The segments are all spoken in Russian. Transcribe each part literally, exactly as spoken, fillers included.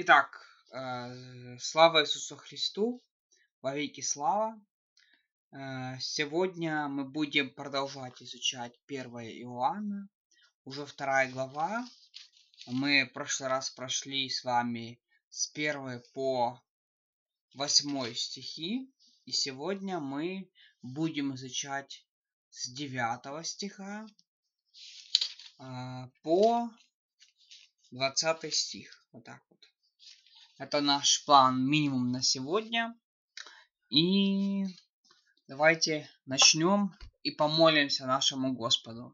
Итак, э, слава Иисусу Христу, во веки слава. Э, Сегодня мы будем продолжать изучать первое Иоанна, уже вторая глава. Мы в прошлый раз прошли с вами с первой по восьмой стихи, и сегодня мы будем изучать с девятого стиха э, по двадцатый стих. Вот так вот. Это наш план минимум на сегодня. И давайте начнем и помолимся нашему Господу.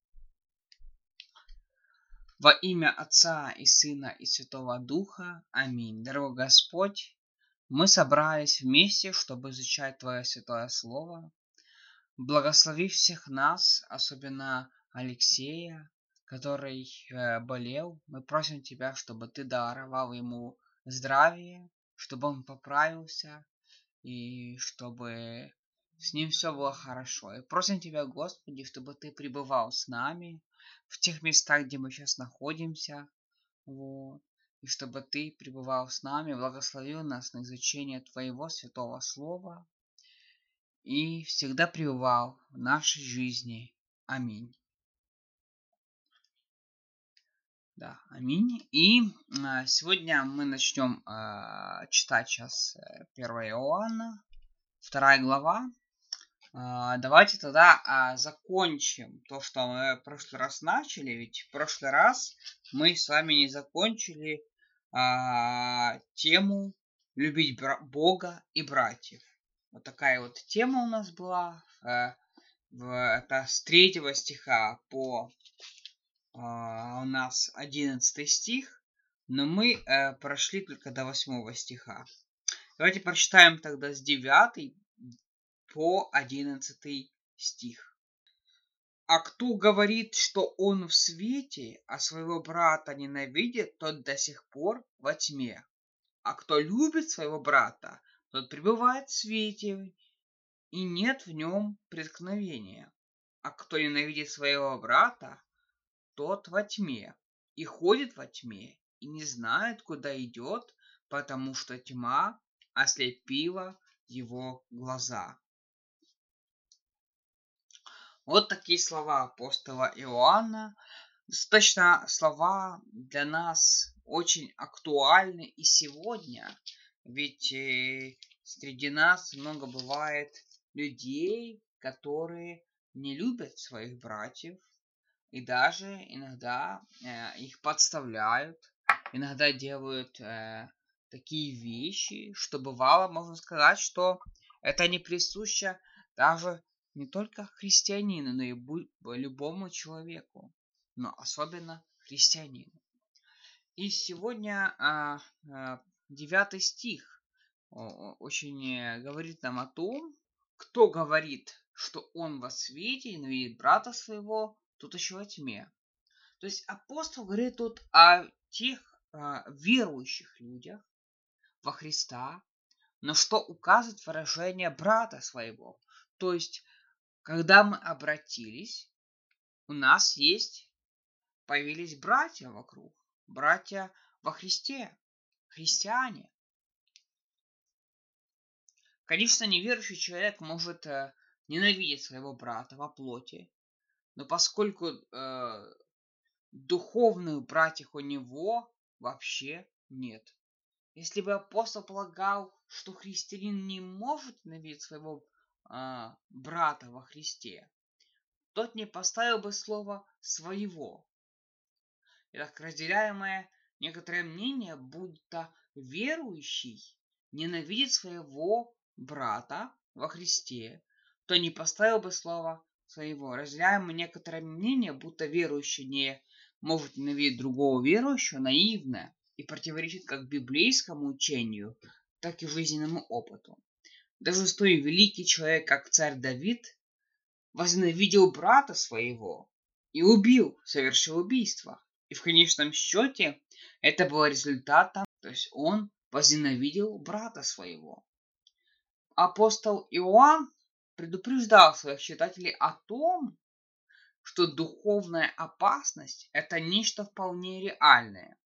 Во имя Отца и Сына и Святого Духа. Аминь. Дорогой Господь, мы собрались вместе, чтобы изучать Твое Святое Слово. Благослови всех нас, особенно Алексея, который э, болел. Мы просим Тебя, чтобы Ты даровал ему здравие, чтобы он поправился и чтобы с ним все было хорошо. И просим Тебя, Господи, чтобы Ты пребывал с нами в тех местах, где мы сейчас находимся. Вот. И чтобы Ты пребывал с нами, благословил нас на изучение Твоего Святого Слова и всегда пребывал в нашей жизни. Аминь. Да, аминь. И э, сегодня мы начнем э, читать сейчас первое Иоанна, вторая глава. Uh, давайте тогда uh, закончим то, что мы в прошлый раз начали. Ведь в прошлый раз мы с вами не закончили uh, тему любить бра- Бога и братьев. Вот такая вот тема у нас была. Uh, в, это с третьего стиха по uh, у нас одиннадцатый стих. Но мы uh, прошли только до восьмого стиха. Давайте прочитаем тогда с девятого по одиннадцатый стих. А кто говорит, что он в свете, а своего брата ненавидит, тот до сих пор во тьме. А кто любит своего брата, тот пребывает в свете, и нет в нем преткновения. А кто ненавидит своего брата, тот во тьме, и ходит во тьме, и не знает, куда идет, потому что тьма ослепила его глаза. Вот такие слова апостола Иоанна. Достаточно слова для нас очень актуальны и сегодня. Ведь э, среди нас много бывает людей, которые не любят своих братьев. И даже иногда э, их подставляют. Иногда делают э, такие вещи, что бывало, можно сказать, что это не присуще даже не только христианину, но и любому человеку, но особенно христианину. И сегодня а, а, девятый стих очень говорит нам о том, кто говорит, что он во свете и ненавидит брата своего, тут еще во тьме. То есть апостол говорит тут о тех а, верующих людях во Христа, на что указывает выражение брата своего. То есть когда мы обратились, у нас есть, появились братья вокруг, братья во Христе, христиане. Конечно, неверующий человек может э, ненавидеть своего брата во плоти, но поскольку э, духовных братьев у него вообще нет. Если бы апостол полагал, что христианин не может ненавидеть своего э, брата во Христе, тот не поставил бы слово «своего». Итак, разделяемое некоторое мнение, будто верующий ненавидит своего брата во Христе, то не поставил бы слово «своего». Разделяемое некоторое мнение, будто верующий не может ненавидеть другого верующего, наивное и противоречит как библейскому учению, так и жизненному опыту. Даже столь великий человек, как царь Давид, возненавидел брата своего и убил, совершил убийство. И в конечном счете это было результатом, то есть он возненавидел брата своего. Апостол Иоанн предупреждал своих читателей о том, что духовная опасность – это нечто вполне реальное.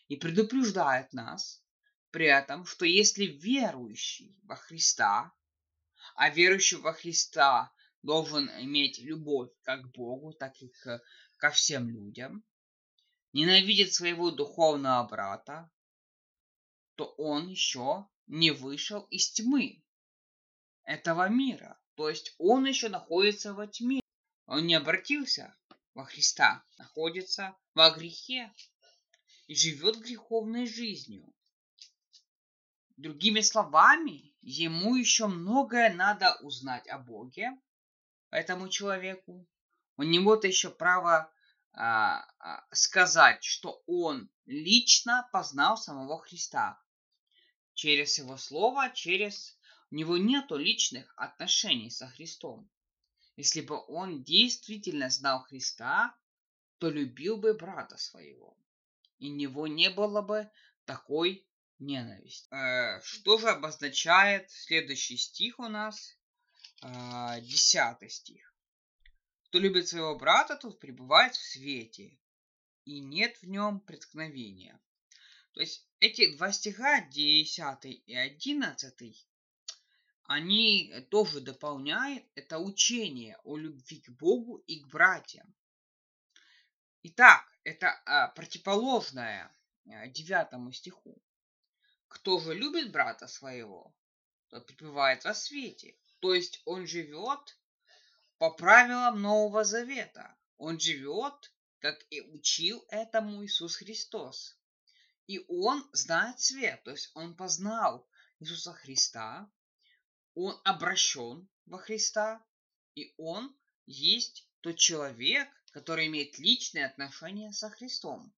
и предупреждает нас при этом, что если верующий во Христа, а верующий во Христа должен иметь любовь как к Богу, так и к, ко всем людям, ненавидит своего духовного брата, то он еще не вышел из тьмы этого мира. То есть он еще находится во тьме. Он не обратился во Христа, находится во грехе и живет греховной жизнью. Другими словами, ему еще многое надо узнать о Боге, этому человеку. У него-то еще право а, а, сказать, что он лично познал самого Христа. Через его слово, через... У него нету личных отношений со Христом. Если бы он действительно знал Христа, то любил бы брата своего. И у него не было бы такой ненависти. Э, что же обозначает следующий стих у нас? Э, десятый стих. Кто любит своего брата, тот пребывает в свете, и нет в нем преткновения. То есть эти два стиха, десятый и одиннадцатый, они тоже дополняют это учение о любви к Богу и к братьям. Итак, это а, противоположное а, девятому стиху. Кто же любит брата своего, тот пребывает во свете. То есть он живет по правилам Нового Завета. Он живет, как и учил этому Иисус Христос. И он знает свет, то есть он познал Иисуса Христа, он обращен во Христа, и он есть тот человек, который имеет личные отношения со Христом.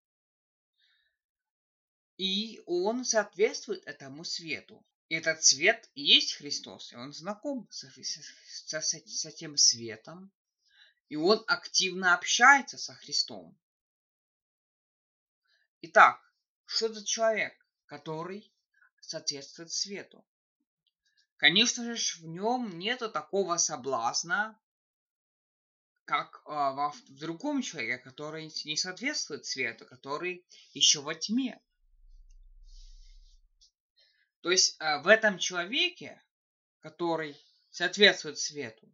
И он соответствует этому свету. И этот свет и есть Христос, и он знаком с, с, с, с этим светом, и он активно общается со Христом. Итак, что за человек, который соответствует свету? Конечно же, в нем нету такого соблазна, как а, во, в другом человеке, который не соответствует свету, который еще во тьме. То есть а, в этом человеке, который соответствует свету,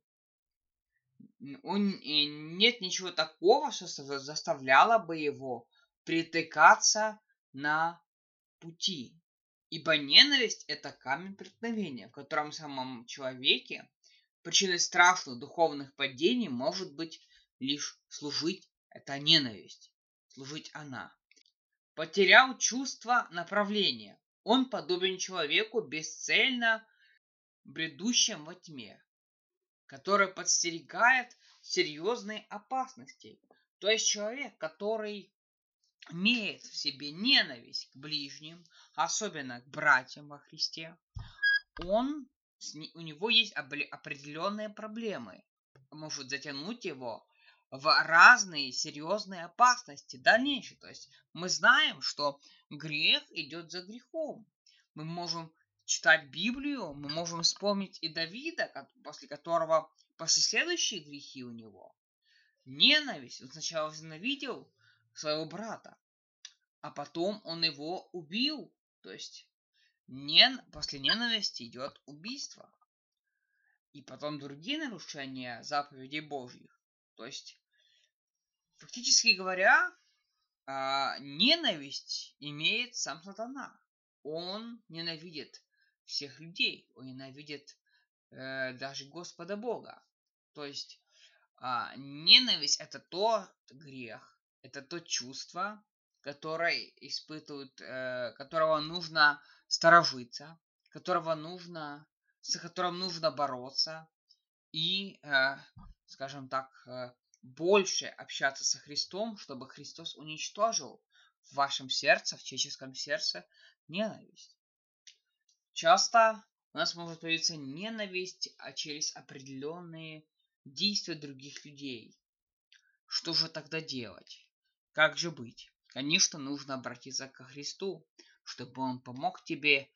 он, нет ничего такого, что заставляло бы его притыкаться на пути. Ибо ненависть – это камень преткновения, в котором самом человеке причиной страшных духовных падений может быть лишь служить эта ненависть, служить она. Потерял чувство направления. Он подобен человеку, бесцельно бредущим во тьме, который подстерегает серьезной опасности. То есть человек, который имеет в себе ненависть к ближним, особенно к братьям во Христе, он, у него есть определенные проблемы. Может затянуть его в разные серьезные опасности дальнейшие. То есть мы знаем, что грех идет за грехом. Мы можем читать Библию, мы можем вспомнить и Давида, после которого, после следующие грехи у него, ненависть. Он сначала возненавидел своего брата, а потом он его убил. То есть нен... после ненависти идет убийство. И потом другие нарушения заповедей Божьих. То есть, фактически говоря, ненависть имеет сам сатана. Он ненавидит всех людей. Он ненавидит э, даже Господа Бога. То есть, э, ненависть – это тот грех, это то чувство, которое испытывают, э, которого нужно сторожиться, которого нужно, с которым нужно бороться и, э, скажем так, э, больше общаться со Христом, чтобы Христос уничтожил в вашем сердце, в человеческом сердце ненависть. Часто у нас может появиться ненависть, а через определенные действия других людей. Что же тогда делать? Как же быть? Конечно, нужно обратиться ко Христу, чтобы Он помог тебе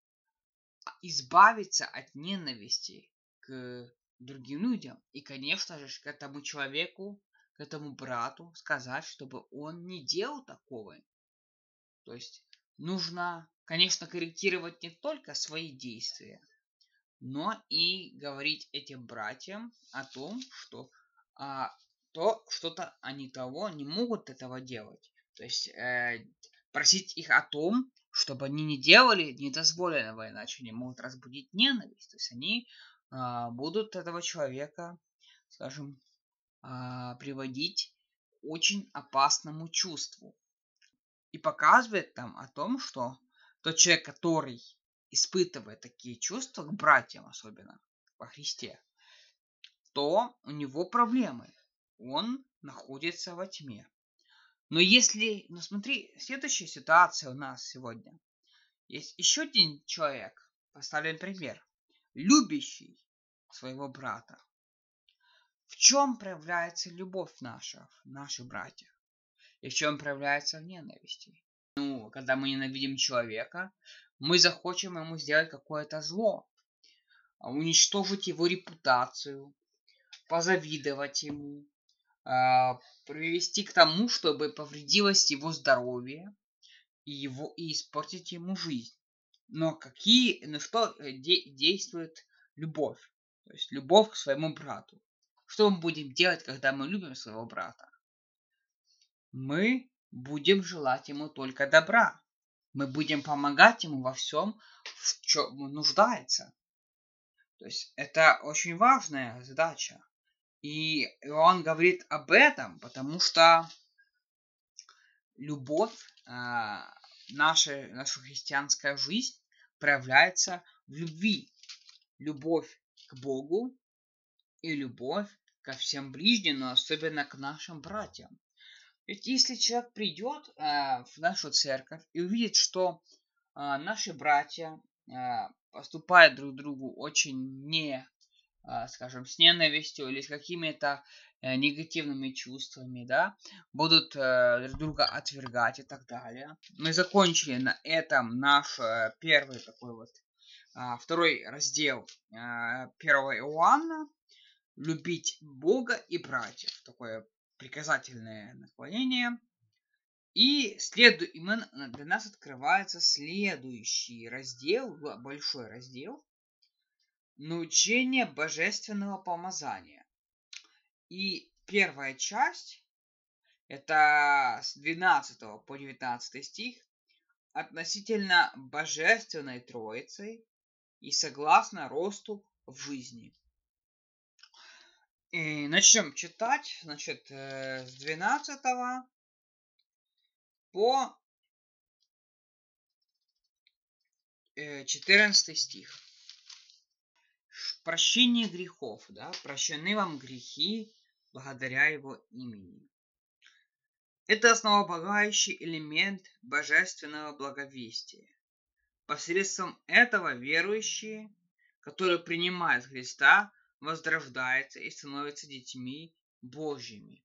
избавиться от ненависти к другим людям. И, конечно же, к этому человеку, к этому брату сказать, чтобы он не делал такого. То есть нужно, конечно, корректировать не только свои действия, но и говорить этим братьям о том, что а, то что-то они того не могут этого делать. То есть э, просить их о том, чтобы они не делали недозволенного, иначе они могут разбудить ненависть. То есть они а, будут этого человека, скажем, а, приводить к очень опасному чувству. И показывает там о том, что тот человек, который испытывает такие чувства к братьям, особенно во Христе, то у него проблемы. Он находится во тьме. Но если, ну смотри, следующая ситуация у нас сегодня. Есть еще один человек, поставлен пример, любящий своего брата. В чем проявляется любовь наша, наших братьев? И в чем проявляется в ненависти? Ну, когда мы ненавидим человека, мы захочем ему сделать какое-то зло, уничтожить его репутацию, позавидовать ему, привести к тому, чтобы повредилось его здоровье и, его, и испортить ему жизнь. Но какие, ну что де, действует любовь? То есть любовь к своему брату. Что мы будем делать, когда мы любим своего брата? Мы будем желать ему только добра. Мы будем помогать ему во всем, в чем он нуждается. То есть это очень важная задача. И Иоанн говорит об этом, потому что любовь, наша, наша христианская жизнь проявляется в любви. Любовь к Богу и любовь ко всем ближним, но особенно к нашим братьям. Ведь если человек придет э, в нашу церковь и увидит, что э, наши братья э, поступают друг к другу очень не, э, скажем, с ненавистью или с какими-то э, негативными чувствами, да, будут э, друг друга отвергать и так далее. Мы закончили на этом наш э, первый такой вот, э, второй раздел э, первого Иоанна. Любить Бога и братьев. Такое приказательное наклонение. И следу... для нас открывается следующий раздел, большой раздел. Научение божественного помазания. И первая часть, это с двенадцатого по девятнадцатый стих, относительно божественной Троицы и согласно росту в жизни. И начнем читать, значит, с двенадцатого по четырнадцатый стих. Прощение грехов, да, прощены вам грехи благодаря его имени. Это основополагающий элемент божественного благовестия. Посредством этого верующие, которые принимают Христа, возрождаются и становятся детьми Божьими.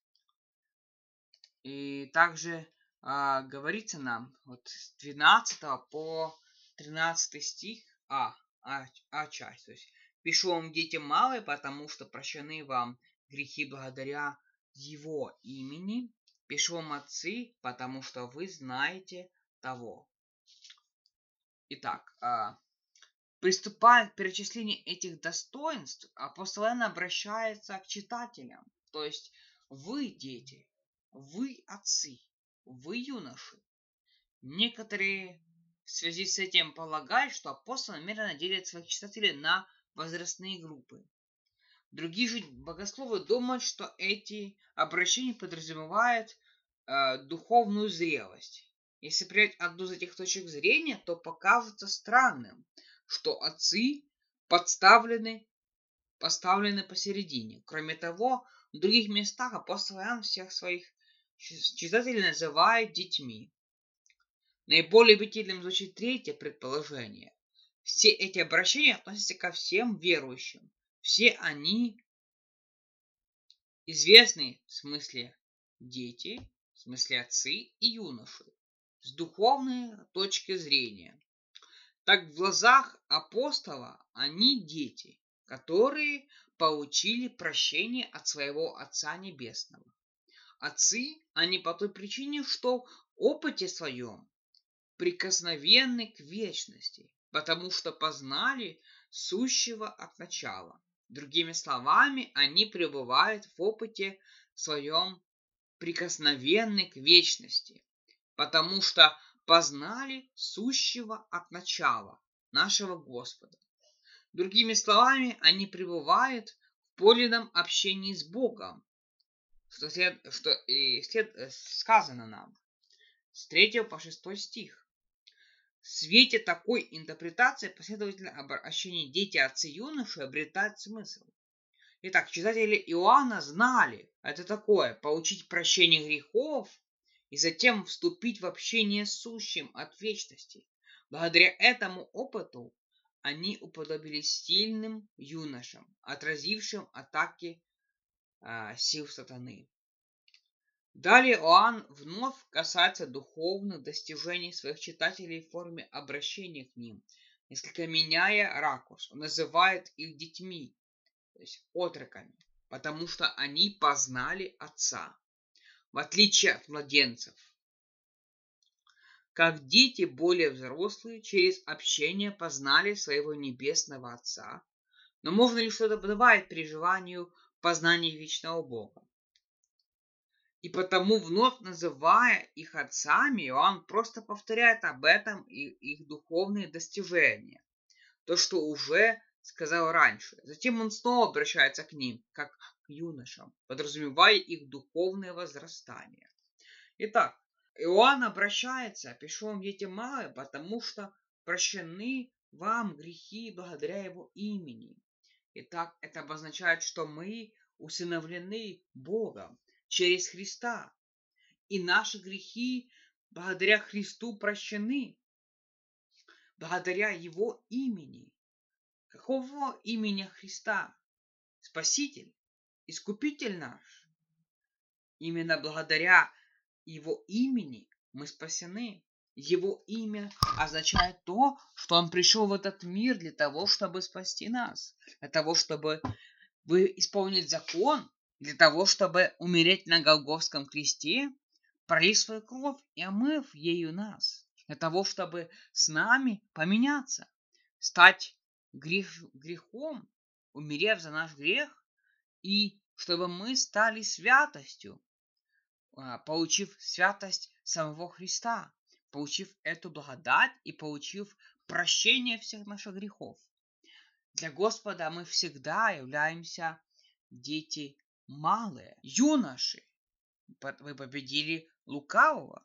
И также а, говорится нам вот с двенадцатого по тринадцатый стих, а, а, а часть, то есть пишу вам, дети малые, потому что прощены вам грехи благодаря его имени. Пишу вам, отцы, потому что вы знаете того. Итак, а, приступая к перечислению этих достоинств, апостол Иоанн обращается к читателям. То есть вы, дети, вы, отцы, вы, юноши. Некоторые в связи с этим полагают, что апостол намеренно делит своих читателей на возрастные группы. Другие же богословы думают, что эти обращения подразумевают э, духовную зрелость. Если принять одну из этих точек зрения, то покажется странным, что отцы подставлены, поставлены посередине. Кроме того, в других местах апостол Иоанн всех своих читателей называет детьми. Наиболее убедительным звучит третье предположение. Все эти обращения относятся ко всем верующим. Все они известны в смысле дети, в смысле отцы и юноши, с духовной точки зрения. Так в глазах апостола они дети, которые получили прощение от своего Отца Небесного. Отцы, они по той причине, что в опыте своем прикосновенны к вечности, потому что познали сущего от начала. Другими словами, они пребывают в опыте своем прикосновенны к вечности, потому что познали сущего от начала нашего Господа. Другими словами, они пребывают в подлинном общении с Богом, что, след, что и след, сказано нам с третьего по шестой стих. В свете такой интерпретации последовательное обращение дети, отцы, юноши обретает смысл. Итак, читатели Иоанна знали, это такое, получить прощение грехов и затем вступить в общение с сущим от вечности. Благодаря этому опыту они уподобились сильным юношам, отразившим атаки э, сил сатаны. Далее Иоанн вновь касается духовных достижений своих читателей в форме обращения к ним, несколько меняя ракурс. Он называет их детьми, то есть отроками, потому что они познали Отца, в отличие от младенцев. Как дети более взрослые через общение познали своего небесного Отца, но можно ли что-то добавить переживанию познания вечного Бога? И потому, вновь называя их отцами, Иоанн просто повторяет об этом и их духовные достижения. То, что уже сказал раньше. Затем он снова обращается к ним, как к юношам, подразумевая их духовное возрастание. Итак, Иоанн обращается, пишу вам, дети малые, потому что прощены вам грехи благодаря его имени. Итак, это обозначает, что мы усыновлены Богом через Христа. И наши грехи благодаря Христу прощены. Благодаря его имени. Какого имени Христа? Спаситель, Искупитель наш. Именно благодаря его имени мы спасены. Его имя означает то, что он пришел в этот мир для того, чтобы спасти нас. Для того, чтобы исполнить закон, для того, чтобы умереть на Голгофском кресте, пролив свою кровь и омыв ею нас. Для того, чтобы с нами поменяться, стать грех, грехом, умерев за наш грех, и чтобы мы стали святостью, получив святость самого Христа, получив эту благодать и получив прощение всех наших грехов. Для Господа мы всегда являемся дети малые, юноши. Вы победили лукавого.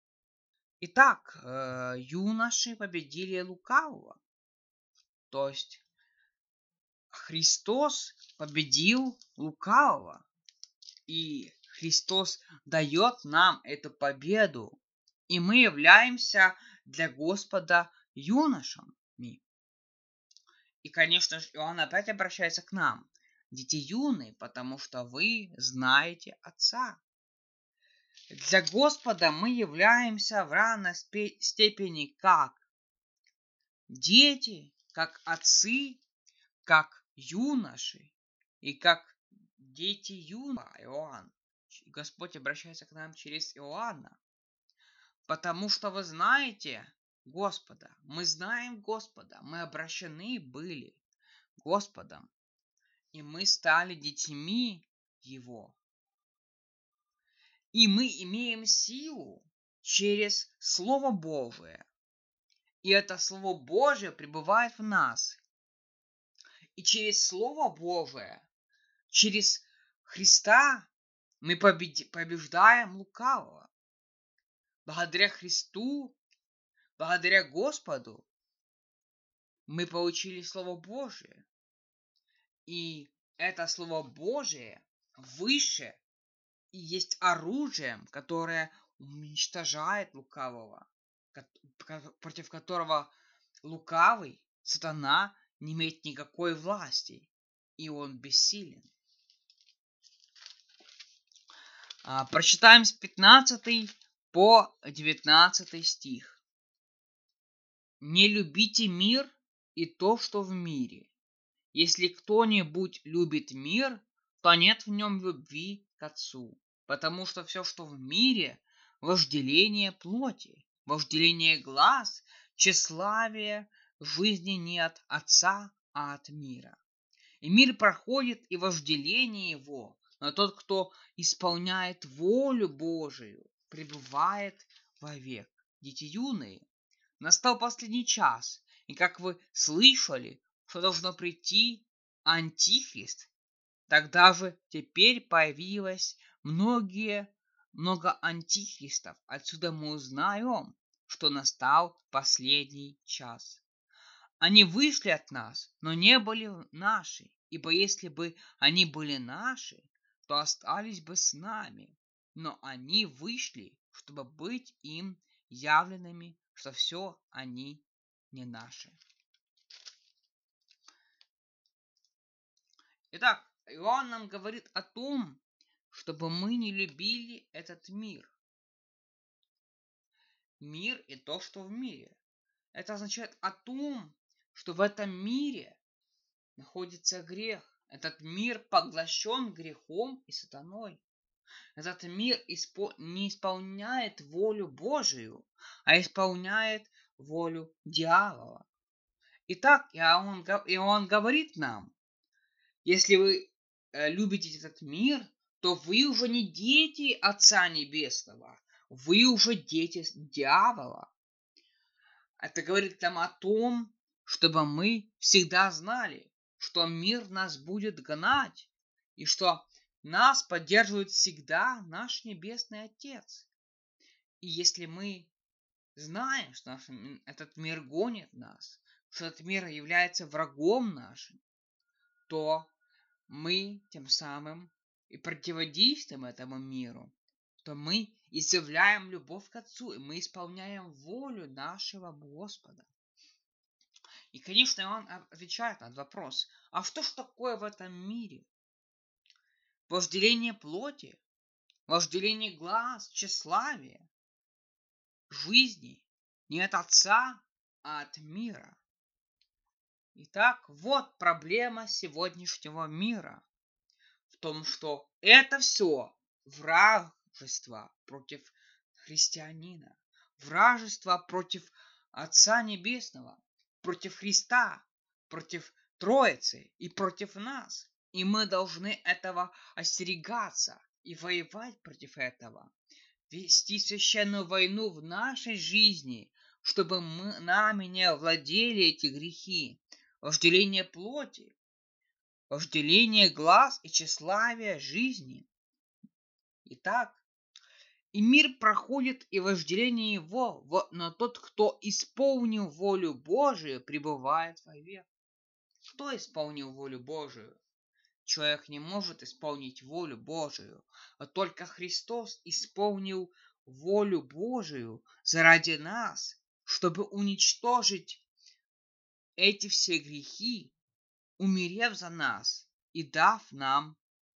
Итак, юноши победили лукавого. То есть Христос победил лукавого. И Христос дает нам эту победу. И мы являемся для Господа юношами. И, конечно же, Иоанн опять обращается к нам. Дети юные, потому что вы знаете Отца. Для Господа мы являемся в равной степени как дети, как отцы, как юноши и как дети юного Иоанна. Господь обращается к нам через Иоанна. Потому что вы знаете Господа. Мы знаем Господа. Мы обращены были Господом. И мы стали детьми Его. И мы имеем силу через Слово Божие. И это Слово Божие пребывает в нас. И через Слово Божие, через Христа мы побеждаем лукавого. Благодаря Христу, благодаря Господу мы получили Слово Божие. И это Слово Божие выше и есть оружием, которое уничтожает лукавого, против которого лукавый, сатана, не имеет никакой власти, и он бессилен. А, прочитаем с пятнадцатого по девятнадцатый стих. «Не любите мир и то, что в мире. Если кто-нибудь любит мир, то нет в нем любви к Отцу, потому что все, что в мире, вожделение плоти, вожделение глаз, тщеславие, жизни не от Отца, а от мира. И мир проходит, и вожделение его, но тот, кто исполняет волю Божию, пребывает вовек. Дети юные, настал последний час, и как вы слышали, что должно прийти Антихрист, тогда же теперь появилось многие, много антихристов. Отсюда мы узнаем, что настал последний час. Они вышли от нас, но не были наши, ибо если бы они были наши, то остались бы с нами. Но они вышли, чтобы быть им явленными, что все они не наши. Итак, Иоанн нам говорит о том, чтобы мы не любили этот мир. Мир и то, что в мире. Это означает о том, что в этом мире находится грех. Этот мир поглощен грехом и сатаной. Этот мир испо- не исполняет волю Божию, а исполняет волю дьявола. Итак, Иоанн, Иоанн говорит нам, если вы э, любите этот мир, то вы уже не дети Отца Небесного, вы уже дети дьявола. Это говорит нам о том, чтобы мы всегда знали, что мир нас будет гнать, и что нас поддерживает всегда наш Небесный Отец. И если мы знаем, что наш, этот мир гонит нас, что этот мир является врагом нашим, то мы тем самым и противодействуем этому миру, то мы изъявляем любовь к Отцу, и мы исполняем волю нашего Господа. И, конечно, он отвечает на этот вопрос, а что ж такое в этом мире? Вожделение плоти, вожделение глаз, тщеславие, жизни не от Отца, а от мира. Итак, вот проблема сегодняшнего мира. В том, что это все вражество против христианина, вражество против Отца Небесного, против Христа, против Троицы и против нас. И мы должны этого остерегаться и воевать против этого. Вести священную войну в нашей жизни, чтобы мы, нами не овладели эти грехи. Вожделение плоти, вожделение глаз и тщеславие жизни. Итак, и мир проходит, и вожделение его, но тот, кто исполнил волю Божию, пребывает вовек. Кто исполнил волю Божию? Человек не может исполнить волю Божию, а только Христос исполнил волю Божию заради нас, чтобы уничтожить эти все грехи, умерев за нас и дав нам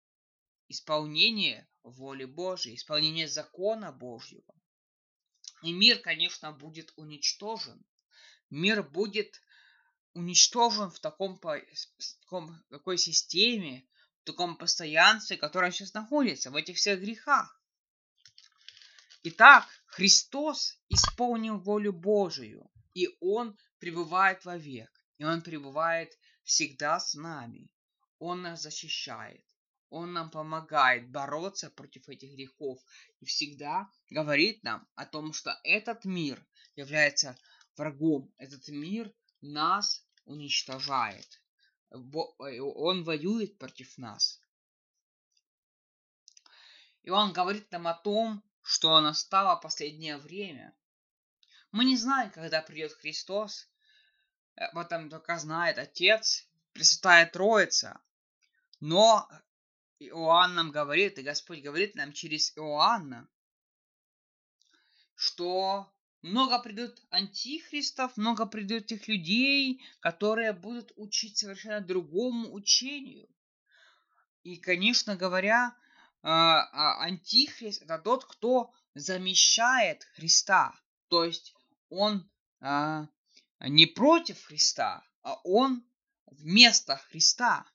исполнение воли Божьей, исполнение закона Божьего. И мир, конечно, будет уничтожен. Мир будет уничтожен в таком, в таком, в такой системе, в таком постоянстве, которое сейчас находится, в этих всех грехах. Итак, Христос исполнил волю Божию, и Он пребывает вовек, и Он пребывает всегда с нами. Он нас защищает, Он нам помогает бороться против этих грехов и всегда говорит нам о том, что этот мир является врагом, этот мир нас уничтожает. Он воюет против нас. И он говорит нам о том, что настало последнее время. Мы не знаем, когда придет Христос. Об этом только знает Отец, Пресвятая Троица. Но Иоанн нам говорит, и Господь говорит нам через Иоанна, что много придут антихристов, много придет тех людей, которые будут учить совершенно другому учению. И, конечно говоря, антихрист — это тот, кто замещает Христа. То есть он не против Христа, а он вместо Христа.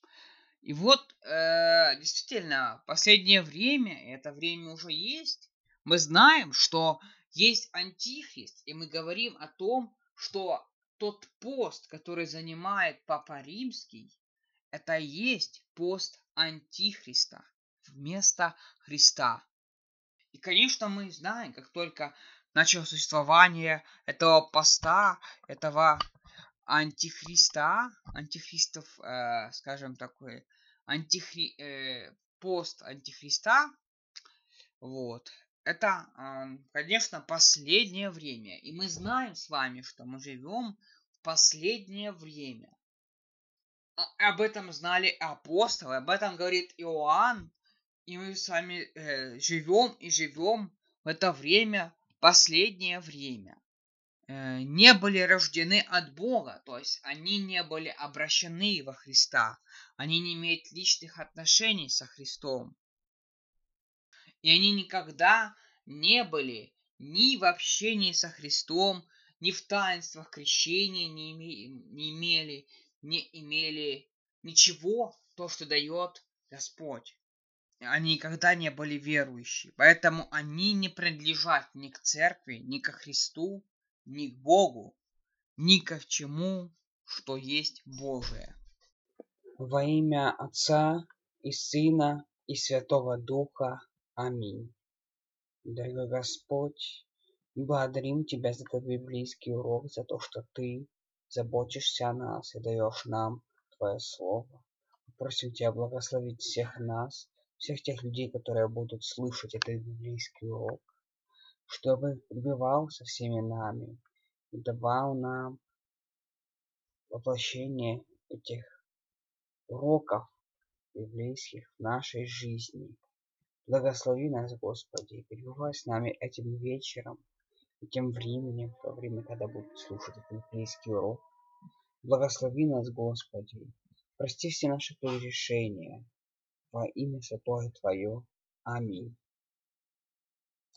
И вот, э, действительно, последнее время, это время уже есть, Мы знаем, что есть антихрист, и мы говорим о том, что тот пост, который занимает Папа Римский, это и есть пост антихриста вместо Христа. И, конечно, мы знаем, как только начало существование этого поста, этого антихриста, антихристов, э, скажем такой, антихри, э, пост антихриста, вот, это, э, конечно, последнее время. И мы знаем с вами, что мы живем в последнее время. Об этом знали апостолы, об этом говорит Иоанн, и мы с вами э, живем и живем в это время, последнее время. Э, не были рождены от Бога, то есть они не были обращены во Христа, они не имеют личных отношений со Христом. И они никогда не были ни в общении со Христом, ни в таинствах крещения не, име, не имели, не имели ничего, то, что дает Господь. Они никогда не были верующие, поэтому они не принадлежат ни к церкви, ни ко Христу, ни к Богу, ни ко чему, что есть Божие. Во имя Отца и Сына и Святого Духа. Аминь. Дорогой Господь, мы благодарим Тебя за этот библейский урок, за то, что Ты заботишься о нас и даешь нам Твое Слово. Мы просим Тебя благословить всех нас, всех тех людей, которые будут слышать этот библейский урок, чтобы пребывал со всеми нами и давал нам воплощение этих уроков библейских в нашей жизни. Благослови нас, Господи, и пребывай с нами этим вечером и тем временем, в то время, когда будут слушать этот библейский урок. Благослови нас, Господи, прости все наши прегрешения во имя Святое Твое. Аминь.